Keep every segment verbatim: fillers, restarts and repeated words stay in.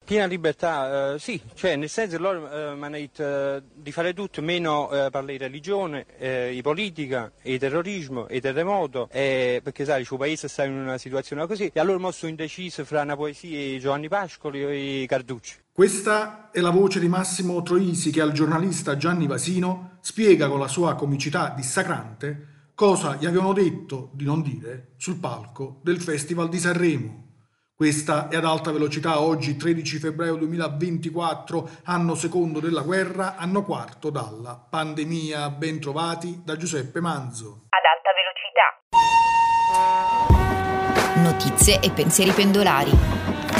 Piena libertà, eh, sì, cioè nel senso loro eh, mi hanno detto eh, di fare tutto, meno eh, parlare di religione, eh, di politica, di terrorismo, di terremoto, eh, perché sai, il suo paese sta in una situazione così, e allora mo sono indeciso fra una poesia e Giovanni Pascoli e Carducci. Questa è la voce di Massimo Troisi che al giornalista Gianni Vasino spiega con la sua comicità dissacrante cosa gli avevano detto di non dire sul palco del Festival di Sanremo. Questa è Ad alta velocità, oggi tredici febbraio duemilaventiquattro, anno secondo della guerra, anno quarto dalla pandemia. Ben trovati da Giuseppe Manzo. Ad alta velocità. Notizie e pensieri pendolari.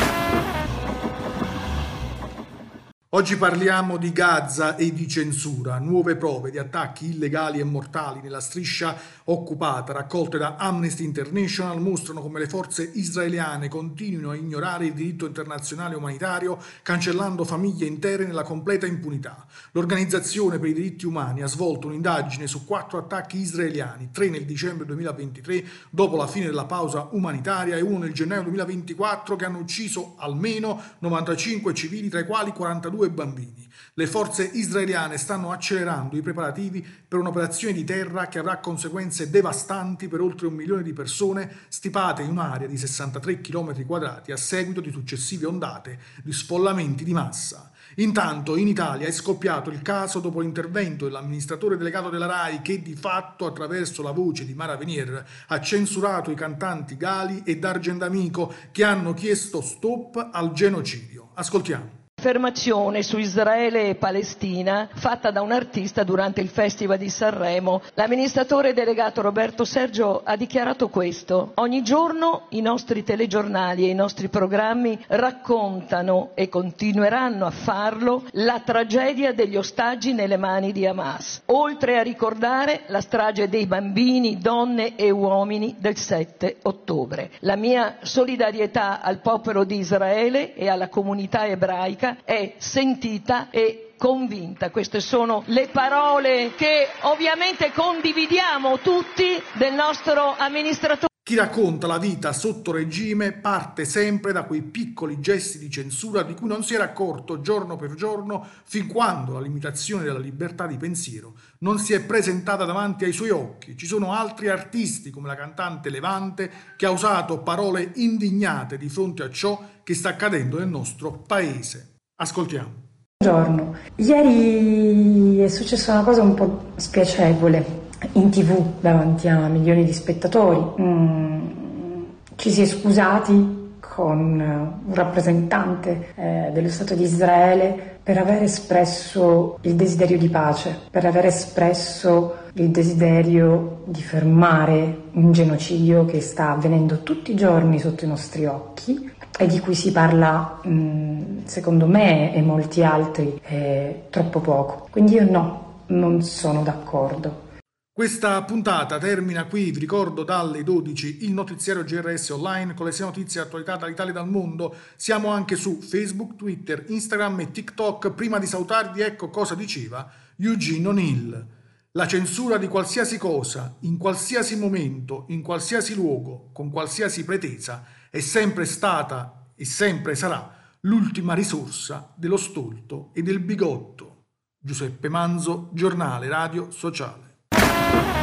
Oggi parliamo di Gaza e di censura, nuove prove di attacchi illegali e mortali nella striscia occupata, raccolte da Amnesty International, mostrano come le forze israeliane continuino a ignorare il diritto internazionale umanitario, cancellando famiglie intere nella completa impunità. L'Organizzazione per i diritti umani ha svolto un'indagine su quattro attacchi israeliani, tre nel dicembre duemilaventitré, dopo la fine della pausa umanitaria, e uno nel gennaio duemilaventiquattro, che hanno ucciso almeno novantacinque civili, tra i quali quarantadue bambini. Le forze israeliane stanno accelerando i preparativi per un'operazione di terra che avrà conseguenze devastanti per oltre un milione di persone stipate in un'area di sessantatré chilometri quadrati a seguito di successive ondate di sfollamenti di massa. Intanto in Italia è scoppiato il caso dopo l'intervento dell'amministratore delegato della RAI che di fatto, attraverso la voce di Mara Venier, ha censurato i cantanti Gali e D'Argendamico che hanno chiesto stop al genocidio. Ascoltiamo. Affermazione su Israele e Palestina fatta da un artista durante il Festival di Sanremo. L'amministratore delegato Roberto Sergio ha dichiarato questo: ogni giorno i nostri telegiornali e i nostri programmi raccontano, e continueranno a farlo, la tragedia degli ostaggi nelle mani di Hamas, oltre a ricordare la strage dei bambini, donne e uomini del sette ottobre. La mia solidarietà al popolo di Israele e alla comunità ebraica è sentita e convinta. Queste sono le parole che ovviamente condividiamo tutti del nostro amministratore. Chi racconta la vita sotto regime parte sempre da quei piccoli gesti di censura di cui non si era accorto giorno per giorno, fin quando la limitazione della libertà di pensiero non si è presentata davanti ai suoi occhi. Ci sono altri artisti, come la cantante Levante, che ha usato parole indignate di fronte a ciò che sta accadendo nel nostro paese. Ascoltiamo. Buongiorno. Ieri è successa una cosa un po' spiacevole in tv davanti a milioni di spettatori. Mm, ci si è scusati con un rappresentante eh, dello Stato di Israele per aver espresso il desiderio di pace, per aver espresso il desiderio di fermare un genocidio che sta avvenendo tutti i giorni sotto i nostri occhi e di cui si parla, mh, secondo me e molti altri, eh, troppo poco. Quindi io no, non sono d'accordo. Questa puntata termina qui. Vi ricordo dalle dodici il notiziario G R S online con le sei notizie e attualità dall'Italia e dal mondo. Siamo anche su Facebook, Twitter, Instagram e TikTok. Prima di salutarvi, ecco cosa diceva Eugene O'Neill: la censura di qualsiasi cosa, in qualsiasi momento, in qualsiasi luogo, con qualsiasi pretesa, è sempre stata e sempre sarà l'ultima risorsa dello stolto e del bigotto. Giuseppe Manzo, Giornale Radio Sociale.